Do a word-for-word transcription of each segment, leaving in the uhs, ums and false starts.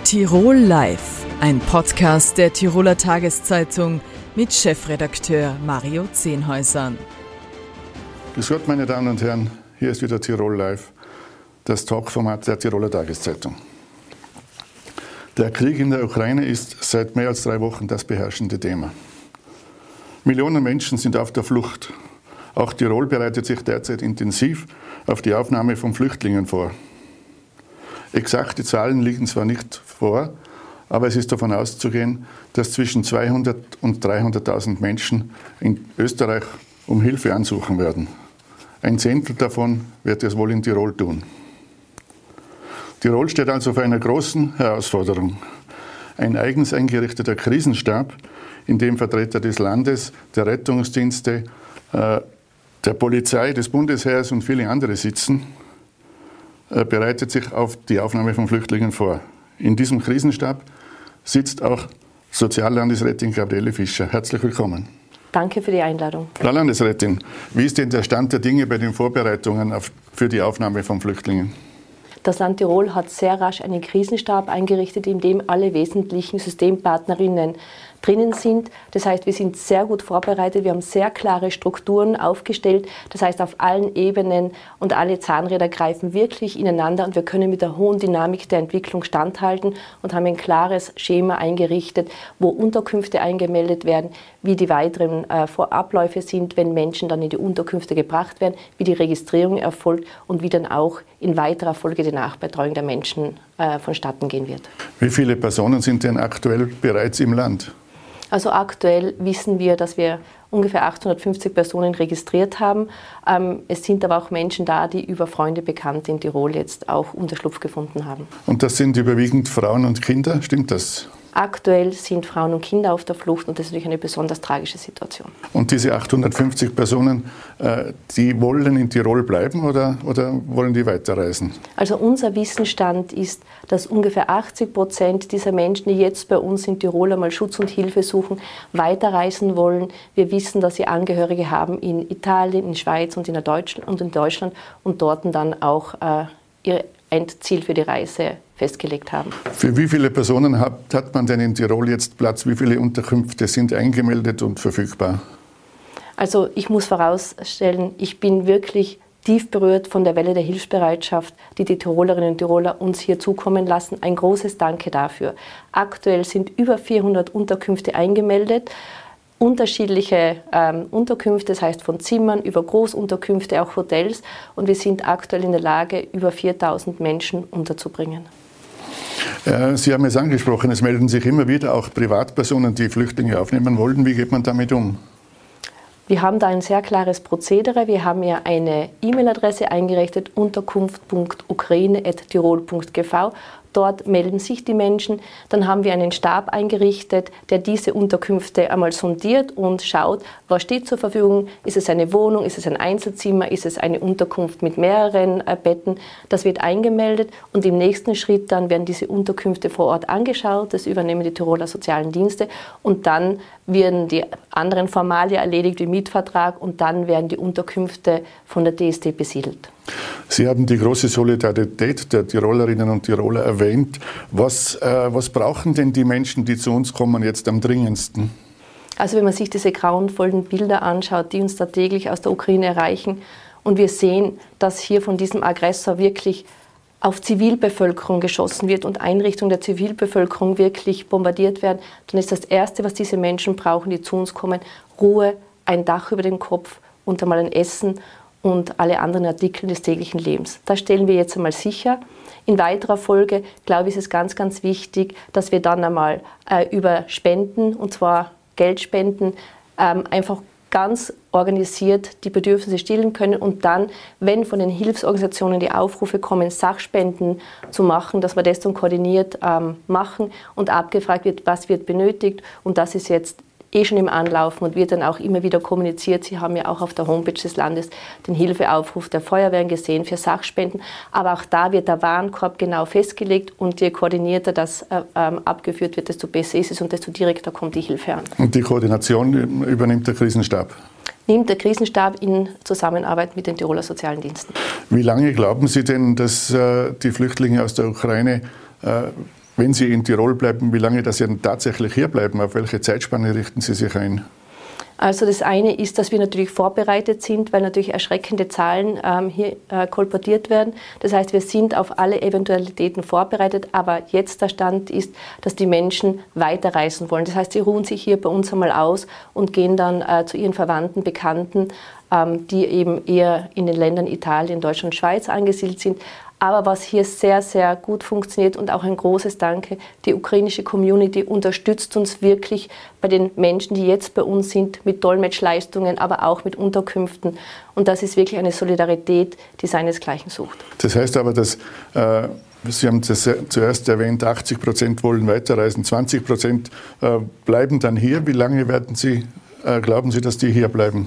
Tirol Live, ein Podcast der Tiroler Tageszeitung mit Chefredakteur Mario Zehnhäusern. Grüß Gott, meine Damen und Herren, hier ist wieder Tirol Live, das Talkformat der Tiroler Tageszeitung. Der Krieg in der Ukraine ist seit mehr als drei Wochen das beherrschende Thema. Millionen Menschen sind auf der Flucht. Auch Tirol bereitet sich derzeit intensiv auf die Aufnahme von Flüchtlingen vor. Exakte Zahlen liegen zwar nicht vor, aber es ist davon auszugehen, dass zwischen zweihundert und dreihunderttausend Menschen in Österreich um Hilfe ansuchen werden. Ein Zehntel davon wird es wohl in Tirol tun. Tirol steht also vor einer großen Herausforderung. Ein eigens eingerichteter Krisenstab, in dem Vertreter des Landes, der Rettungsdienste, äh, der Polizei, des Bundesheers und viele andere sitzen, äh, bereitet sich auf die Aufnahme von Flüchtlingen vor. In diesem Krisenstab sitzt auch Soziallandesrätin Gabriele Fischer. Herzlich willkommen. Danke für die Einladung. Frau Landesrätin, wie ist denn der Stand der Dinge bei den Vorbereitungen auf, für die Aufnahme von Flüchtlingen? Das Land Tirol hat sehr rasch einen Krisenstab eingerichtet, in dem alle wesentlichen Systempartnerinnen drinnen sind. Das heißt, wir sind sehr gut vorbereitet, wir haben sehr klare Strukturen aufgestellt. Das heißt, auf allen Ebenen und alle Zahnräder greifen wirklich ineinander und wir können mit der hohen Dynamik der Entwicklung standhalten und haben ein klares Schema eingerichtet, wo Unterkünfte eingemeldet werden, wie die weiteren äh, Abläufe sind, wenn Menschen dann in die Unterkünfte gebracht werden, wie die Registrierung erfolgt und wie dann auch in weiterer Folge die Nachbetreuung der Menschen äh, vonstatten gehen wird. Wie viele Personen sind denn aktuell bereits im Land? Also aktuell wissen wir, dass wir ungefähr achthundertfünfzig Personen registriert haben. Ähm, es sind aber auch Menschen da, die über Freunde, Bekannte in Tirol jetzt auch Unterschlupf gefunden haben. Und das sind überwiegend Frauen und Kinder, stimmt das? Aktuell sind Frauen und Kinder auf der Flucht und das ist natürlich eine besonders tragische Situation. Und diese achthundertfünfzig Personen, äh, die wollen in Tirol bleiben oder, oder wollen die weiterreisen? Also unser Wissensstand ist, dass ungefähr achtzig Prozent dieser Menschen, die jetzt bei uns in Tirol einmal Schutz und Hilfe suchen, weiterreisen wollen. Wir wissen, dass sie Angehörige haben in Italien, in Schweiz und in Deutschland und in Deutschland und dort dann auch äh, ihr Endziel für die Reise festgelegt haben. Für wie viele Personen hat, hat man denn in Tirol jetzt Platz? Wie viele Unterkünfte sind eingemeldet und verfügbar? Also ich muss vorausstellen, ich bin wirklich tief berührt von der Welle der Hilfsbereitschaft, die die Tirolerinnen und Tiroler uns hier zukommen lassen. Ein großes Danke dafür. Aktuell sind über vierhundert Unterkünfte eingemeldet. Unterschiedliche ähm, Unterkünfte, das heißt von Zimmern über Großunterkünfte, auch Hotels. Und wir sind aktuell in der Lage, über viertausend Menschen unterzubringen. Äh, Sie haben es angesprochen, es melden sich immer wieder auch Privatpersonen, die Flüchtlinge aufnehmen wollen. Wie geht man damit um? Wir haben da ein sehr klares Prozedere. Wir haben ja eine E-Mail-Adresse eingerichtet, unterkunft punkt ukraine at tirol punkt g v. Dort melden sich die Menschen. Dann haben wir einen Stab eingerichtet, der diese Unterkünfte einmal sondiert und schaut, was steht zur Verfügung. Ist es eine Wohnung, ist es ein Einzelzimmer, ist es eine Unterkunft mit mehreren äh, Betten. Das wird eingemeldet und im nächsten Schritt dann werden diese Unterkünfte vor Ort angeschaut. Das übernehmen die Tiroler sozialen Dienste und dann werden die anderen Formalien erledigt, wie Mietvertrag und dann werden die Unterkünfte von der D S D besiedelt. Sie haben die große Solidarität der Tirolerinnen und Tiroler erwähnt. Was, äh, was brauchen denn die Menschen, die zu uns kommen, jetzt am dringendsten? Also wenn man sich diese grauenvollen Bilder anschaut, die uns da täglich aus der Ukraine erreichen und wir sehen, dass hier von diesem Aggressor wirklich auf Zivilbevölkerung geschossen wird und Einrichtungen der Zivilbevölkerung wirklich bombardiert werden, dann ist das Erste, was diese Menschen brauchen, die zu uns kommen, Ruhe, ein Dach über dem Kopf und einmal ein Essen und alle anderen Artikel des täglichen Lebens. Das stellen wir jetzt einmal sicher. In weiterer Folge, glaube ich, ist es ganz, ganz wichtig, dass wir dann einmal äh, über Spenden, und zwar Geldspenden, ähm, einfach ganz organisiert die Bedürfnisse stillen können und dann, wenn von den Hilfsorganisationen die Aufrufe kommen, Sachspenden zu machen, dass wir das dann koordiniert ähm, machen und abgefragt wird, was wird benötigt. Und das ist jetzt eh schon im Anlaufen und wird dann auch immer wieder kommuniziert. Sie haben ja auch auf der Homepage des Landes den Hilfeaufruf der Feuerwehren gesehen für Sachspenden. Aber auch da wird der Warenkorb genau festgelegt und je koordinierter das äh, ähm, abgeführt wird, desto besser ist es und desto direkter kommt die Hilfe an. Und die Koordination übernimmt der Krisenstab? Nimmt der Krisenstab in Zusammenarbeit mit den Tiroler sozialen Diensten. Wie lange glauben Sie denn, dass äh, die Flüchtlinge aus der Ukraine äh, wenn Sie in Tirol bleiben, wie lange das Sie dann tatsächlich hier bleiben? Auf welche Zeitspanne richten Sie sich ein? Also das eine ist, dass wir natürlich vorbereitet sind, weil natürlich erschreckende Zahlen ähm, hier äh, kolportiert werden. Das heißt, wir sind auf alle Eventualitäten vorbereitet, aber jetzt der Stand ist, dass die Menschen weiterreisen wollen. Das heißt, sie ruhen sich hier bei uns einmal aus und gehen dann äh, zu ihren Verwandten, Bekannten, ähm, die eben eher in den Ländern Italien, Deutschland, Schweiz angesiedelt sind. Aber was hier sehr, sehr gut funktioniert und auch ein großes Danke, die ukrainische Community unterstützt uns wirklich bei den Menschen, die jetzt bei uns sind, mit Dolmetschleistungen, aber auch mit Unterkünften. Und das ist wirklich eine Solidarität, die seinesgleichen sucht. Das heißt aber, dass, äh, Sie haben das zuerst erwähnt, achtzig Prozent wollen weiterreisen, zwanzig Prozent äh, bleiben dann hier. Wie lange werden Sie, äh, glauben Sie, dass die hier bleiben?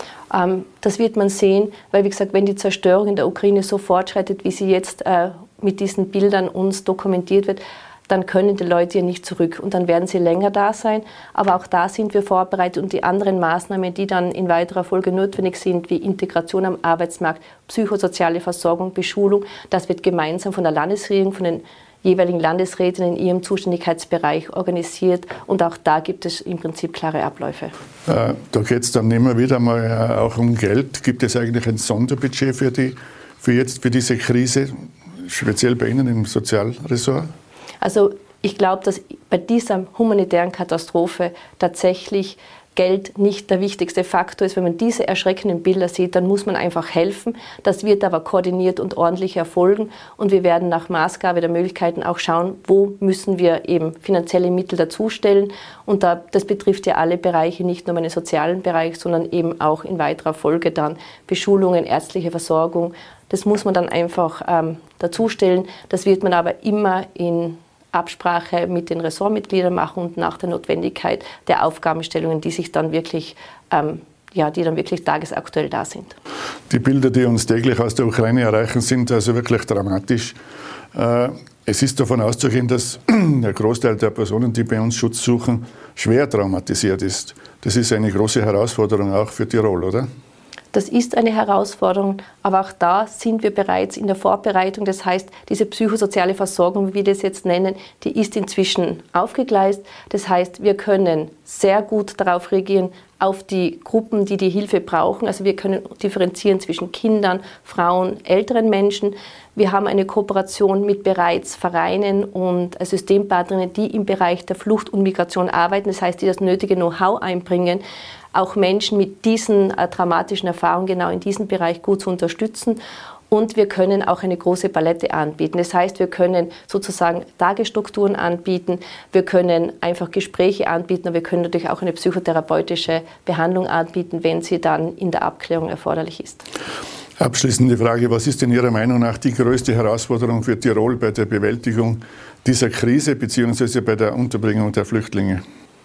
Das wird man sehen, weil, wie gesagt, wenn die Zerstörung in der Ukraine so fortschreitet, wie sie jetzt äh, mit diesen Bildern uns dokumentiert wird, dann können die Leute ja nicht zurück und dann werden sie länger da sein. Aber auch da sind wir vorbereitet und die anderen Maßnahmen, die dann in weiterer Folge notwendig sind, wie Integration am Arbeitsmarkt, psychosoziale Versorgung, Beschulung, das wird gemeinsam von der Landesregierung, von den jeweiligen Landesräten in ihrem Zuständigkeitsbereich organisiert und auch da gibt es im Prinzip klare Abläufe. Äh, da geht es dann immer wieder mal äh, auch um Geld. Gibt es eigentlich ein Sonderbudget für, die, für, jetzt, für diese Krise, speziell bei Ihnen im Sozialressort? Also ich glaube, dass bei dieser humanitären Katastrophe tatsächlich Geld nicht der wichtigste Faktor ist. Wenn man diese erschreckenden Bilder sieht, dann muss man einfach helfen. Das wird aber koordiniert und ordentlich erfolgen. Und wir werden nach Maßgabe der Möglichkeiten auch schauen, wo müssen wir eben finanzielle Mittel dazustellen. Und da, das betrifft ja alle Bereiche, nicht nur meinen sozialen Bereich, sondern eben auch in weiterer Folge dann Beschulungen, ärztliche Versorgung. Das muss man dann einfach ähm, dazustellen. Das wird man aber immer in Absprache mit den Ressortmitgliedern machen und nach der Notwendigkeit der Aufgabenstellungen, die sich dann wirklich, ähm, ja, die dann wirklich tagesaktuell da sind. Die Bilder, die uns täglich aus der Ukraine erreichen, sind also wirklich dramatisch. Äh, es ist davon auszugehen, dass der Großteil der Personen, die bei uns Schutz suchen, schwer traumatisiert ist. Das ist eine große Herausforderung auch für Tirol, oder? Das ist eine Herausforderung, aber auch da sind wir bereits in der Vorbereitung. Das heißt, diese psychosoziale Versorgung, wie wir das jetzt nennen, die ist inzwischen aufgegleist. Das heißt, wir können sehr gut darauf reagieren, auf die Gruppen, die die Hilfe brauchen. Also wir können differenzieren zwischen Kindern, Frauen, älteren Menschen. Wir haben eine Kooperation mit bereits Vereinen und Systempartnerinnen, die im Bereich der Flucht und Migration arbeiten. Das heißt, die das nötige Know-how einbringen, auch Menschen mit diesen äh, traumatischen Erfahrungen genau in diesem Bereich gut zu unterstützen. Und wir können auch eine große Palette anbieten. Das heißt, wir können sozusagen Tagesstrukturen anbieten, wir können einfach Gespräche anbieten, aber wir können natürlich auch eine psychotherapeutische Behandlung anbieten, wenn sie dann in der Abklärung erforderlich ist. Abschließende Frage, was ist denn Ihrer Meinung nach die größte Herausforderung für Tirol bei der Bewältigung dieser Krise bzw. bei der Unterbringung der Flüchtlinge?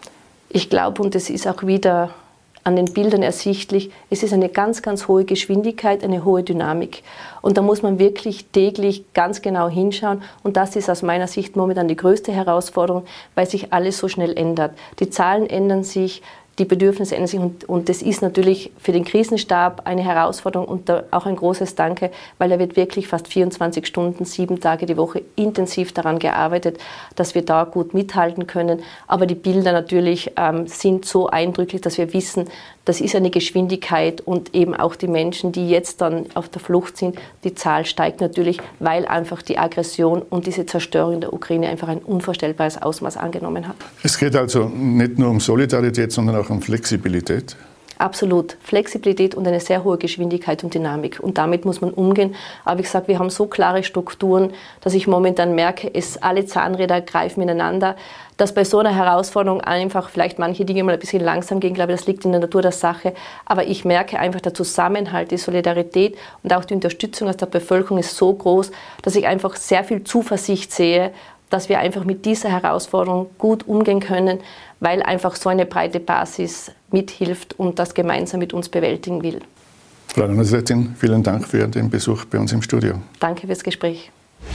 Ich glaube, und das ist auch wieder an den Bildern ersichtlich, es ist eine ganz, ganz hohe Geschwindigkeit, eine hohe Dynamik. Und da muss man wirklich täglich ganz genau hinschauen. Und das ist aus meiner Sicht momentan die größte Herausforderung, weil sich alles so schnell ändert. Die Zahlen ändern sich, die Bedürfnisse ändern sich und, und das ist natürlich für den Krisenstab eine Herausforderung und da auch ein großes Danke, weil er wird wirklich fast vierundzwanzig Stunden, sieben Tage die Woche intensiv daran gearbeitet, dass wir da gut mithalten können. Aber die Bilder natürlich ähm, sind so eindrücklich, dass wir wissen, das ist eine Geschwindigkeit und eben auch die Menschen, die jetzt dann auf der Flucht sind, die Zahl steigt natürlich, weil einfach die Aggression und diese Zerstörung in der Ukraine einfach ein unvorstellbares Ausmaß angenommen hat. Es geht also nicht nur um Solidarität, sondern auch um Flexibilität. Absolut. Flexibilität und eine sehr hohe Geschwindigkeit und Dynamik. Und damit muss man umgehen. Aber wie gesagt, wir haben so klare Strukturen, dass ich momentan merke, es, alle Zahnräder greifen ineinander. Dass bei so einer Herausforderung einfach vielleicht manche Dinge mal ein bisschen langsam gehen, glaube ich, das liegt in der Natur der Sache. Aber ich merke einfach, der Zusammenhalt, die Solidarität und auch die Unterstützung aus der Bevölkerung ist so groß, dass ich einfach sehr viel Zuversicht sehe, dass wir einfach mit dieser Herausforderung gut umgehen können, weil einfach so eine breite Basis mithilft und das gemeinsam mit uns bewältigen will. Frau Landesrätin, vielen Dank für den Besuch bei uns im Studio. Danke fürs Gespräch.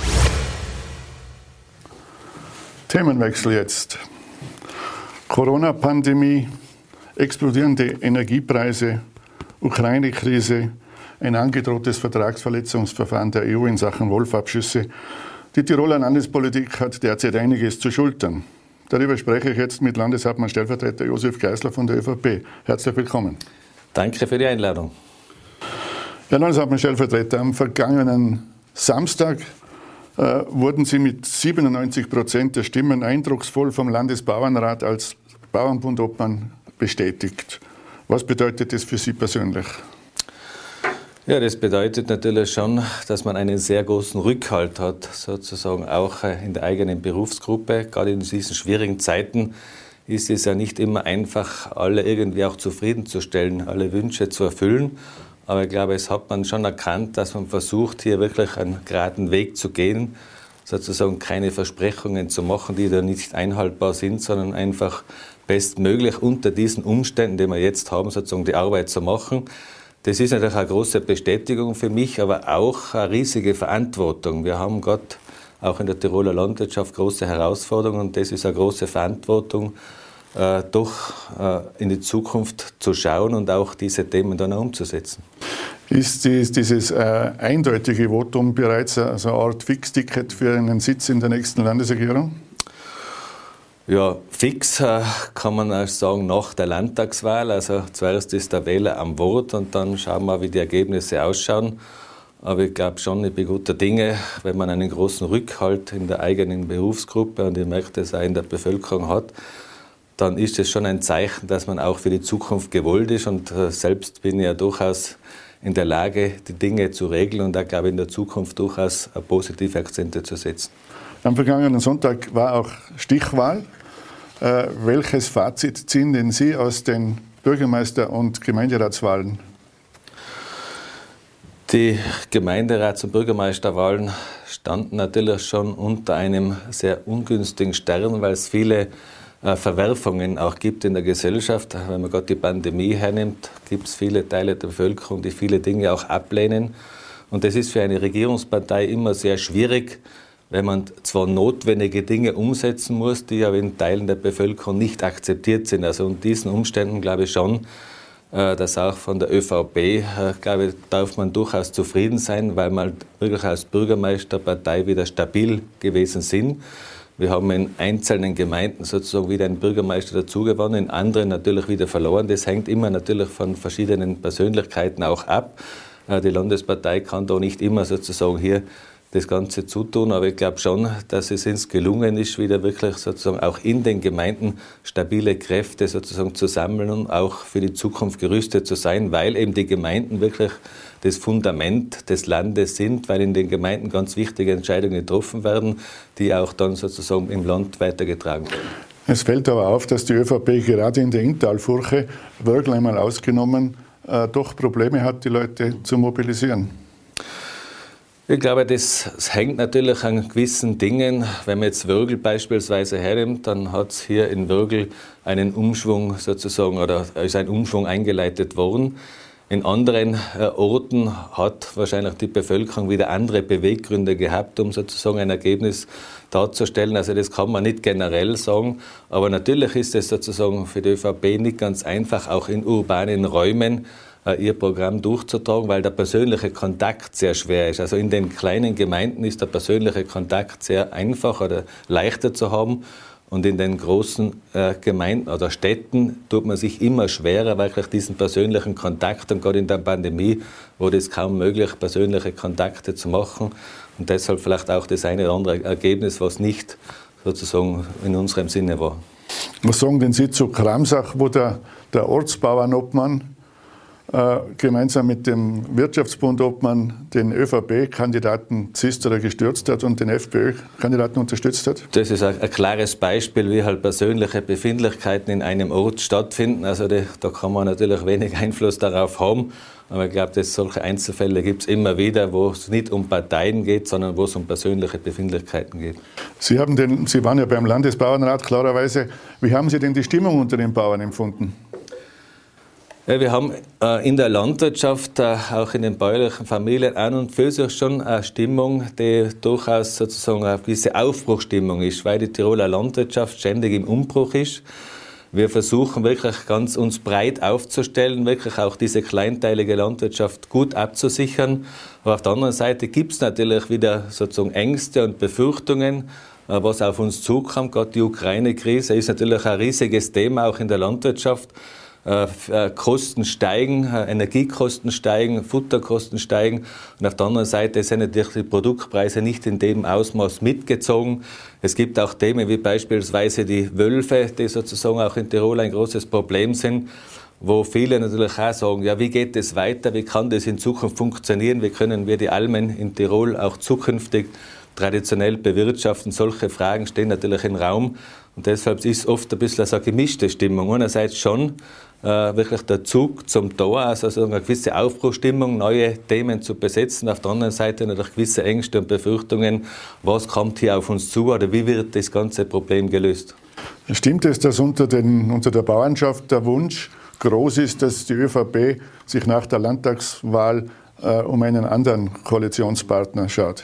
Themenwechsel jetzt. Corona-Pandemie, explodierende Energiepreise, Ukraine-Krise, ein angedrohtes Vertragsverletzungsverfahren der E U in Sachen Wolfabschüsse. Die Tiroler Landespolitik hat derzeit einiges zu schultern. Darüber spreche ich jetzt mit Landeshauptmann Stellvertreter Josef Geisler von der ÖVP. Herzlich willkommen. Danke für die Einladung. Herr Landeshauptmann Stellvertreter, am vergangenen Samstag äh, wurden Sie mit siebenundneunzig Prozent der Stimmen eindrucksvoll vom Landesbauernrat als Bauernbundobmann bestätigt. Was bedeutet das für Sie persönlich? Ja, das bedeutet natürlich schon, dass man einen sehr großen Rückhalt hat, sozusagen auch in der eigenen Berufsgruppe. Gerade in diesen schwierigen Zeiten ist es ja nicht immer einfach, alle irgendwie auch zufriedenzustellen, alle Wünsche zu erfüllen. Aber ich glaube, es hat man schon erkannt, dass man versucht, hier wirklich einen geraden Weg zu gehen, sozusagen keine Versprechungen zu machen, die da nicht einhaltbar sind, sondern einfach bestmöglich unter diesen Umständen, die wir jetzt haben, sozusagen die Arbeit zu machen. Das ist natürlich eine große Bestätigung für mich, aber auch eine riesige Verantwortung. Wir haben gerade auch in der Tiroler Landwirtschaft große Herausforderungen und das ist eine große Verantwortung, äh, doch äh, in die Zukunft zu schauen und auch diese Themen dann auch umzusetzen. Ist dies, dieses äh, eindeutige Votum bereits eine, eine Art Fixticket für einen Sitz in der nächsten Landesregierung? Ja, fix äh, kann man auch sagen nach der Landtagswahl. Also zuerst ist der Wähler am Wort und dann schauen wir, wie die Ergebnisse ausschauen. Aber ich glaube schon, ich bin guter Dinge, wenn man einen großen Rückhalt in der eigenen Berufsgruppe und ich möchte es auch in der Bevölkerung hat, dann ist es schon ein Zeichen, dass man auch für die Zukunft gewollt ist. Und äh, selbst bin ich ja durchaus in der Lage, die Dinge zu regeln und da glaube ich in der Zukunft durchaus positive Akzente zu setzen. Am vergangenen Sonntag war auch Stichwahl. Äh, welches Fazit ziehen denn Sie aus den Bürgermeister- und Gemeinderatswahlen? Die Gemeinderats- und Bürgermeisterwahlen standen natürlich schon unter einem sehr ungünstigen Stern, weil es viele äh, Verwerfungen auch gibt in der Gesellschaft. Wenn man gerade die Pandemie hernimmt, gibt es viele Teile der Bevölkerung, die viele Dinge auch ablehnen. Und das ist für eine Regierungspartei immer sehr schwierig, wenn man zwar notwendige Dinge umsetzen muss, die aber in Teilen der Bevölkerung nicht akzeptiert sind. Also unter diesen Umständen glaube ich schon, dass auch von der ÖVP, glaube ich, darf man durchaus zufrieden sein, weil wir wirklich als Bürgermeisterpartei wieder stabil gewesen sind. Wir haben in einzelnen Gemeinden sozusagen wieder einen Bürgermeister dazugewonnen, in anderen natürlich wieder verloren. Das hängt immer natürlich von verschiedenen Persönlichkeiten auch ab. Die Landespartei kann da nicht immer sozusagen hier das Ganze zutun, aber ich glaube schon, dass es uns gelungen ist, wieder wirklich sozusagen auch in den Gemeinden stabile Kräfte sozusagen zu sammeln und auch für die Zukunft gerüstet zu sein, weil eben die Gemeinden wirklich das Fundament des Landes sind, weil in den Gemeinden ganz wichtige Entscheidungen getroffen werden, die auch dann sozusagen im Land weitergetragen werden. Es fällt aber auf, dass die ÖVP gerade in der Inntalfurche, Wörgl einmal ausgenommen, äh, doch Probleme hat, die Leute zu mobilisieren. Ich glaube, das, das hängt natürlich an gewissen Dingen. Wenn man jetzt Wörgl beispielsweise hernimmt, dann hat es hier in Wörgl einen Umschwung sozusagen, oder ist ein Umschwung eingeleitet worden. In anderen äh, Orten hat wahrscheinlich die Bevölkerung wieder andere Beweggründe gehabt, um sozusagen ein Ergebnis darzustellen. Also das kann man nicht generell sagen. Aber natürlich ist es sozusagen für die ÖVP nicht ganz einfach, auch in urbanen Räumen ihr Programm durchzutragen, weil der persönliche Kontakt sehr schwer ist. Also in den kleinen Gemeinden ist der persönliche Kontakt sehr einfach oder leichter zu haben und in den großen äh, Gemeinden oder Städten tut man sich immer schwerer, wirklich diesen persönlichen Kontakt, und gerade in der Pandemie wurde es kaum möglich, persönliche Kontakte zu machen und deshalb vielleicht auch das eine oder andere Ergebnis, was nicht sozusagen in unserem Sinne war. Was sagen denn Sie zu Kramsach, wo der, der Ortsbauernobmann Äh, gemeinsam mit dem Wirtschaftsbundobmann den ÖVP-Kandidaten Zisterer gestürzt hat und den FPÖ-Kandidaten unterstützt hat? Das ist ein, ein klares Beispiel, wie halt persönliche Befindlichkeiten in einem Ort stattfinden. Also die, da kann man natürlich wenig Einfluss darauf haben. Aber ich glaube, dass solche Einzelfälle gibt es immer wieder, wo es nicht um Parteien geht, sondern wo es um persönliche Befindlichkeiten geht. Sie, haben den, Sie waren ja beim Landesbauernrat klarerweise. Wie haben Sie denn die Stimmung unter den Bauern empfunden? Ja, wir haben äh, in der Landwirtschaft, äh, auch in den bäuerlichen Familien an und für sich schon eine Stimmung, die durchaus sozusagen eine gewisse Aufbruchstimmung ist, weil die Tiroler Landwirtschaft ständig im Umbruch ist. Wir versuchen wirklich ganz uns breit aufzustellen, wirklich auch diese kleinteilige Landwirtschaft gut abzusichern. Aber auf der anderen Seite gibt es natürlich wieder sozusagen Ängste und Befürchtungen, was auf uns zukommt. Gerade die Ukraine-Krise ist natürlich ein riesiges Thema auch in der Landwirtschaft. Kosten steigen, Energiekosten steigen, Futterkosten steigen und auf der anderen Seite sind natürlich die Produktpreise nicht in dem Ausmaß mitgezogen. Es gibt auch Themen wie beispielsweise die Wölfe, die sozusagen auch in Tirol ein großes Problem sind, wo viele natürlich auch sagen, ja, wie geht es weiter, wie kann das in Zukunft funktionieren, wie können wir die Almen in Tirol auch zukünftig traditionell bewirtschaften. Solche Fragen stehen natürlich im Raum und deshalb ist oft ein bisschen so eine gemischte Stimmung. Einerseits schon äh, wirklich der Zug zum Tor, also so eine gewisse Aufbruchstimmung, neue Themen zu besetzen. Auf der anderen Seite natürlich gewisse Ängste und Befürchtungen, was kommt hier auf uns zu oder wie wird das ganze Problem gelöst. Stimmt es, dass unter, den, unter der Bauernschaft der Wunsch groß ist, dass die ÖVP sich nach der Landtagswahl äh, um einen anderen Koalitionspartner schaut?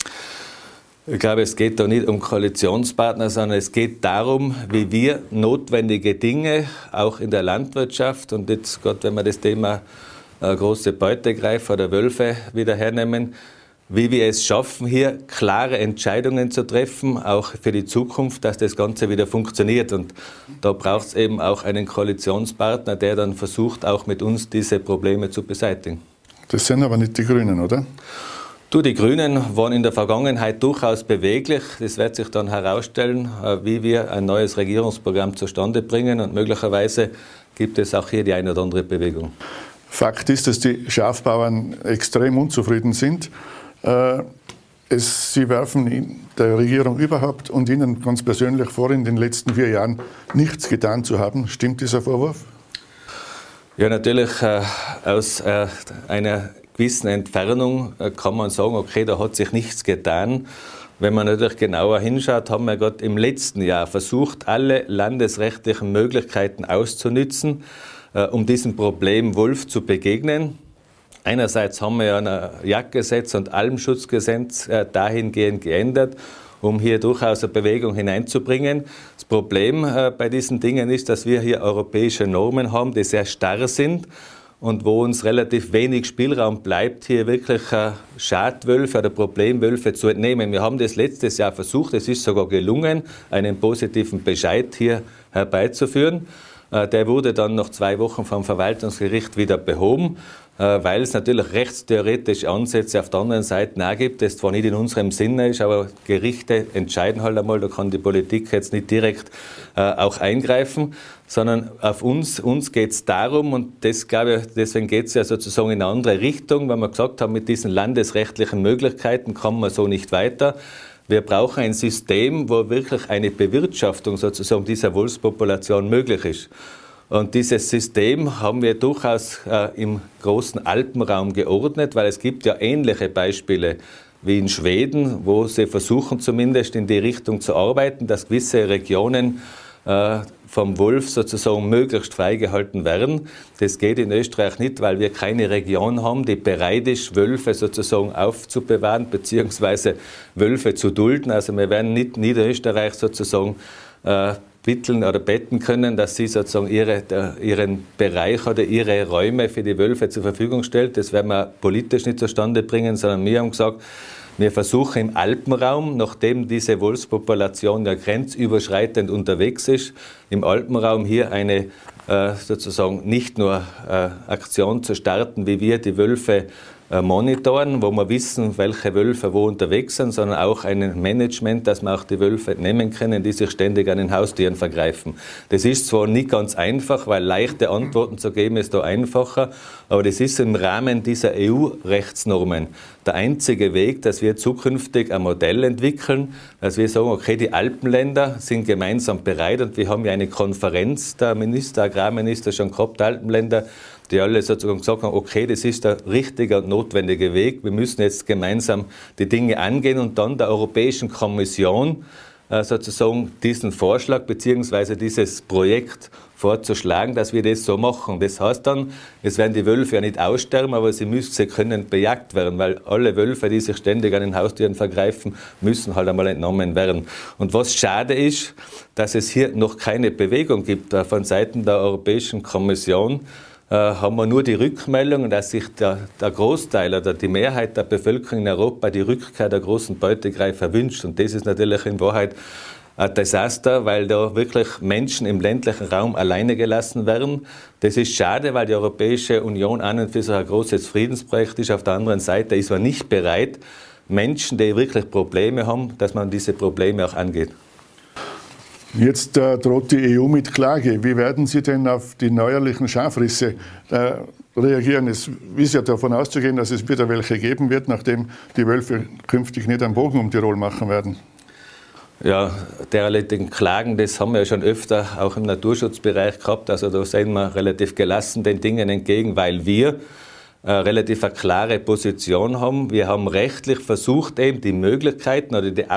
Ich glaube, es geht da nicht um Koalitionspartner, sondern es geht darum, wie wir notwendige Dinge, auch in der Landwirtschaft, und jetzt gerade wenn wir das Thema äh, große Beutegreifer oder Wölfe wieder hernehmen, wie wir es schaffen, hier klare Entscheidungen zu treffen, auch für die Zukunft, dass das Ganze wieder funktioniert. Und da braucht es eben auch einen Koalitionspartner, der dann versucht, auch mit uns diese Probleme zu beseitigen. Das sind aber nicht die Grünen, oder? Du, die Grünen waren in der Vergangenheit durchaus beweglich. Das wird sich dann herausstellen, wie wir ein neues Regierungsprogramm zustande bringen. Und möglicherweise gibt es auch hier die eine oder andere Bewegung. Fakt ist, dass die Schafbauern extrem unzufrieden sind. Es, sie werfen der Regierung überhaupt und Ihnen ganz persönlich vor, in den letzten vier Jahren nichts getan zu haben. Stimmt dieser Vorwurf? Ja, natürlich äh, aus äh, einer gewissen Entfernung kann man sagen, okay, da hat sich nichts getan. Wenn man natürlich genauer hinschaut, haben wir gerade im letzten Jahr versucht, alle landesrechtlichen Möglichkeiten auszunützen, äh, um diesem Problem Wolf zu begegnen. Einerseits haben wir ja ein Jagdgesetz und Almschutzgesetz äh, dahingehend geändert, um hier durchaus eine Bewegung hineinzubringen. Das Problem äh, bei diesen Dingen ist, dass wir hier europäische Normen haben, die sehr starr sind und wo uns relativ wenig Spielraum bleibt, hier wirklich äh, Schadwölfe oder Problemwölfe zu entnehmen. Wir haben das letztes Jahr versucht, es ist sogar gelungen, einen positiven Bescheid hier herbeizuführen. Äh, der wurde dann nach zwei Wochen vom Verwaltungsgericht wieder behoben, äh, weil es natürlich rechtstheoretische Ansätze auf der anderen Seite nahe gibt, das zwar nicht in unserem Sinne ist, aber Gerichte entscheiden halt einmal, da kann die Politik jetzt nicht direkt äh, auch eingreifen, sondern auf uns, uns geht es darum, und das, glaube ich, deswegen geht es ja sozusagen in eine andere Richtung, weil wir gesagt haben, mit diesen landesrechtlichen Möglichkeiten kommen wir so nicht weiter. Wir brauchen ein System, wo wirklich eine Bewirtschaftung sozusagen dieser Wolfspopulation möglich ist. Und dieses System haben wir durchaus äh, im großen Alpenraum geordnet, weil es gibt ja ähnliche Beispiele wie in Schweden, wo sie versuchen zumindest in die Richtung zu arbeiten, dass gewisse Regionen äh, vom Wolf sozusagen möglichst freigehalten werden. Das geht in Österreich nicht, weil wir keine Region haben, die bereit ist, Wölfe sozusagen aufzubewahren bzw. Wölfe zu dulden. Also wir werden nicht Niederösterreich sozusagen äh, bitteln oder betten können, dass sie sozusagen ihre, der, ihren Bereich oder ihre Räume für die Wölfe zur Verfügung stellt. Das werden wir politisch nicht zustande bringen, sondern wir haben gesagt, wir versuchen im Alpenraum, nachdem diese Wolfspopulation ja grenzüberschreitend unterwegs ist, im Alpenraum hier eine äh, sozusagen nicht nur äh, Aktion zu starten, wie wir die Wölfe äh, monitoren, wo wir wissen, welche Wölfe wo unterwegs sind, sondern auch ein Management, dass wir auch die Wölfe nehmen können, die sich ständig an den Haustieren vergreifen. Das ist zwar nicht ganz einfach, weil leichte Antworten zu geben ist da einfacher, aber das ist im Rahmen dieser E U-Rechtsnormen der einzige Weg, dass wir zukünftig ein Modell entwickeln, dass wir sagen, okay, die Alpenländer sind gemeinsam bereit, und wir haben ja eine Konferenz der Minister, Agrarminister schon gehabt, der Alpenländer, die alle sozusagen gesagt haben, okay, das ist der richtige und notwendige Weg, wir müssen jetzt gemeinsam die Dinge angehen und dann der Europäischen Kommission äh, sozusagen diesen Vorschlag bzw. dieses Projekt vorzuschlagen, dass wir das so machen. Das heißt dann, es werden die Wölfe ja nicht aussterben, aber sie, müssen, sie können bejagt werden, weil alle Wölfe, die sich ständig an den Haustieren vergreifen, müssen halt einmal entnommen werden. Und was schade ist, dass es hier noch keine Bewegung gibt von Seiten der Europäischen Kommission, äh, haben wir nur die Rückmeldung, dass sich der, der Großteil oder die Mehrheit der Bevölkerung in Europa die Rückkehr der großen Beutegreifer wünscht. Und das ist natürlich in Wahrheit ein Desaster, weil da wirklich Menschen im ländlichen Raum alleine gelassen werden. Das ist schade, weil die Europäische Union an und für sich ein großes Friedensprojekt ist. Auf der anderen Seite ist man nicht bereit, Menschen, die wirklich Probleme haben, dass man diese Probleme auch angeht. Jetzt äh, droht die E U mit Klage. Wie werden Sie denn auf die neuerlichen Schafrisse äh, reagieren? Es ist ja davon auszugehen, dass es wieder welche geben wird, nachdem die Wölfe künftig nicht einen Bogen um Tirol machen werden. Ja, derartigen Klagen, das haben wir ja schon öfter auch im Naturschutzbereich gehabt. Also da sehen wir relativ gelassen den Dingen entgegen, weil wir äh, relativ eine klare Position haben. Wir haben rechtlich versucht, eben die Möglichkeiten oder die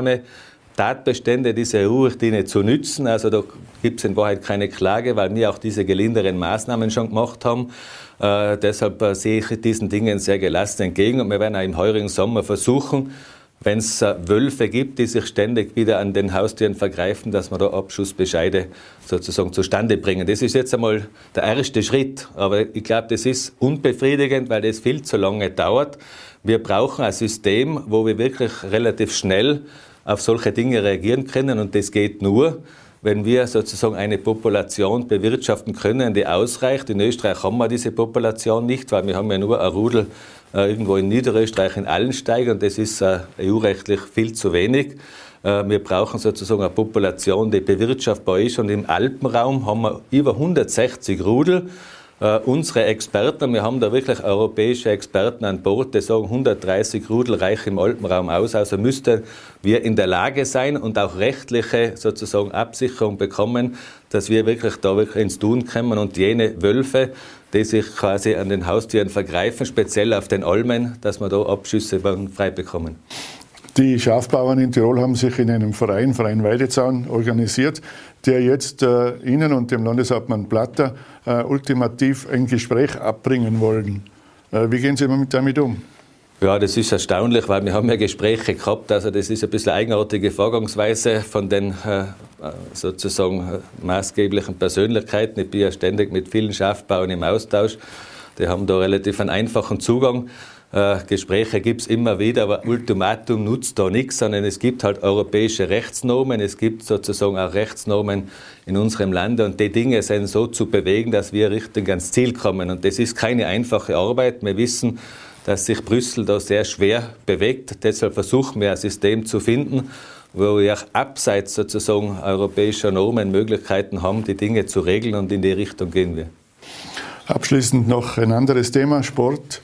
Ausnahmetatbestände dieser E U-Richtlinie zu nützen. Also da gibt es in Wahrheit keine Klage, weil wir auch diese gelinderen Maßnahmen schon gemacht haben. Äh, deshalb äh, sehe ich diesen Dingen sehr gelassen entgegen. Und wir werden auch im heurigen Sommer versuchen, wenn es Wölfe gibt, die sich ständig wieder an den Haustieren vergreifen, dass wir da Abschussbescheide sozusagen zustande bringen. Das ist jetzt einmal der erste Schritt. Aber ich glaube, das ist unbefriedigend, weil das viel zu lange dauert. Wir brauchen ein System, wo wir wirklich relativ schnell auf solche Dinge reagieren können. Und das geht nur, wenn wir sozusagen eine Population bewirtschaften können, die ausreicht. In Österreich haben wir diese Population nicht, weil wir haben ja nur ein Rudel äh, irgendwo in Niederösterreich in Allensteig und das ist äh, E U-rechtlich viel zu wenig. Äh, wir brauchen sozusagen eine Population, die bewirtschaftbar ist und im Alpenraum haben wir über hundertsechzig Rudel. Uh, unsere Experten, wir haben da wirklich europäische Experten an Bord, die sagen, hundertdreißig Rudel reichen im Alpenraum aus. Also müssten wir in der Lage sein und auch rechtliche sozusagen Absicherung bekommen, dass wir wirklich da wirklich ins Tun kommen und jene Wölfe, die sich quasi an den Haustieren vergreifen, speziell auf den Almen, dass wir da Abschüsse frei bekommen. Die Schafbauern in Tirol haben sich in einem Verein, Verein Weidezaun, organisiert, der jetzt äh, Ihnen und dem Landeshauptmann Platter äh, ultimativ ein Gespräch abbringen wollen. Äh, wie gehen Sie damit um? Ja, das ist erstaunlich, weil wir haben ja Gespräche gehabt. Also das ist ein bisschen eine eigenartige Vorgangsweise von den äh, sozusagen äh, maßgeblichen Persönlichkeiten. Ich bin ja ständig mit vielen Schafbauern im Austausch. Die haben da relativ einen einfachen Zugang. Äh, Gespräche gibt es immer wieder, aber Ultimatum nutzt da nichts, sondern es gibt halt europäische Rechtsnormen, es gibt sozusagen auch Rechtsnormen in unserem Land und die Dinge sind so zu bewegen, dass wir Richtung ans Ziel kommen. Und das ist keine einfache Arbeit. Wir wissen, dass sich Brüssel da sehr schwer bewegt. Deshalb versuchen wir ein System zu finden, wo wir auch abseits sozusagen europäischer Normen Möglichkeiten haben, die Dinge zu regeln und in die Richtung gehen wir. Abschließend noch ein anderes Thema, Sport.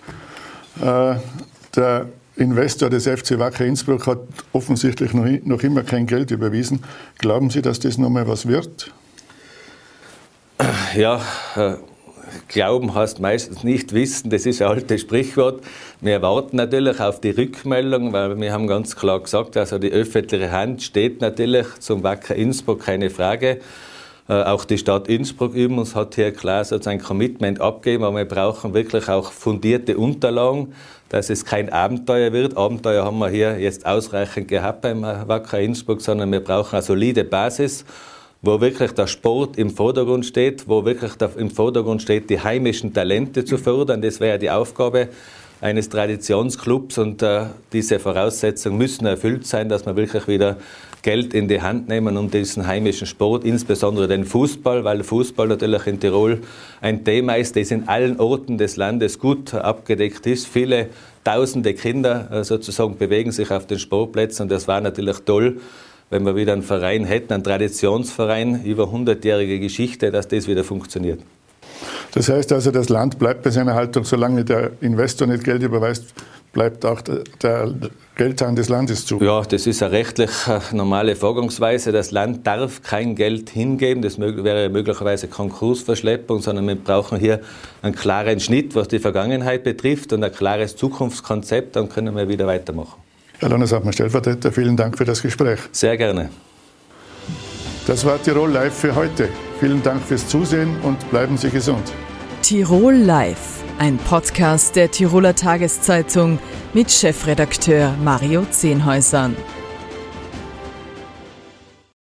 Der Investor des F C Wacker Innsbruck hat offensichtlich noch, noch immer kein Geld überwiesen. Glauben Sie, dass das noch mal was wird? Ja, äh, glauben heißt meistens nicht wissen. Das ist ein altes Sprichwort. Wir warten natürlich auf die Rückmeldung, weil wir haben ganz klar gesagt, also die öffentliche Hand steht natürlich zum Wacker Innsbruck, keine Frage. Auch die Stadt Innsbruck übrigens hat hier klar sozusagen ein Commitment abgegeben, aber wir brauchen wirklich auch fundierte Unterlagen, dass es kein Abenteuer wird. Abenteuer haben wir hier jetzt ausreichend gehabt beim Wacker Innsbruck, sondern wir brauchen eine solide Basis, wo wirklich der Sport im Vordergrund steht, wo wirklich im Vordergrund steht, die heimischen Talente zu fördern. Das wäre die Aufgabe eines Traditionsclubs und äh, diese Voraussetzungen müssen erfüllt sein, dass wir wirklich wieder Geld in die Hand nehmen, um diesen heimischen Sport, insbesondere den Fußball, weil Fußball natürlich in Tirol ein Thema ist, das in allen Orten des Landes gut abgedeckt ist. Viele tausende Kinder sozusagen bewegen sich auf den Sportplätzen und das war natürlich toll, wenn wir wieder einen Verein hätten, einen Traditionsverein, über hundertjährige Geschichte, dass das wieder funktioniert. Das heißt also, das Land bleibt bei seiner Haltung, solange der Investor nicht Geld überweist, bleibt auch der, der Geldhahn des Landes zu. Ja, das ist eine rechtlich normale Vorgangsweise. Das Land darf kein Geld hingeben, das wäre möglicherweise Konkursverschleppung, sondern wir brauchen hier einen klaren Schnitt, was die Vergangenheit betrifft und ein klares Zukunftskonzept, dann können wir wieder weitermachen. Herr Landeshauptmann Stellvertreter, vielen Dank für das Gespräch. Sehr gerne. Das war Tirol Live für heute. Vielen Dank fürs Zusehen und bleiben Sie gesund. Tirol Live, ein Podcast der Tiroler Tageszeitung mit Chefredakteur Mario Zehnhäusern.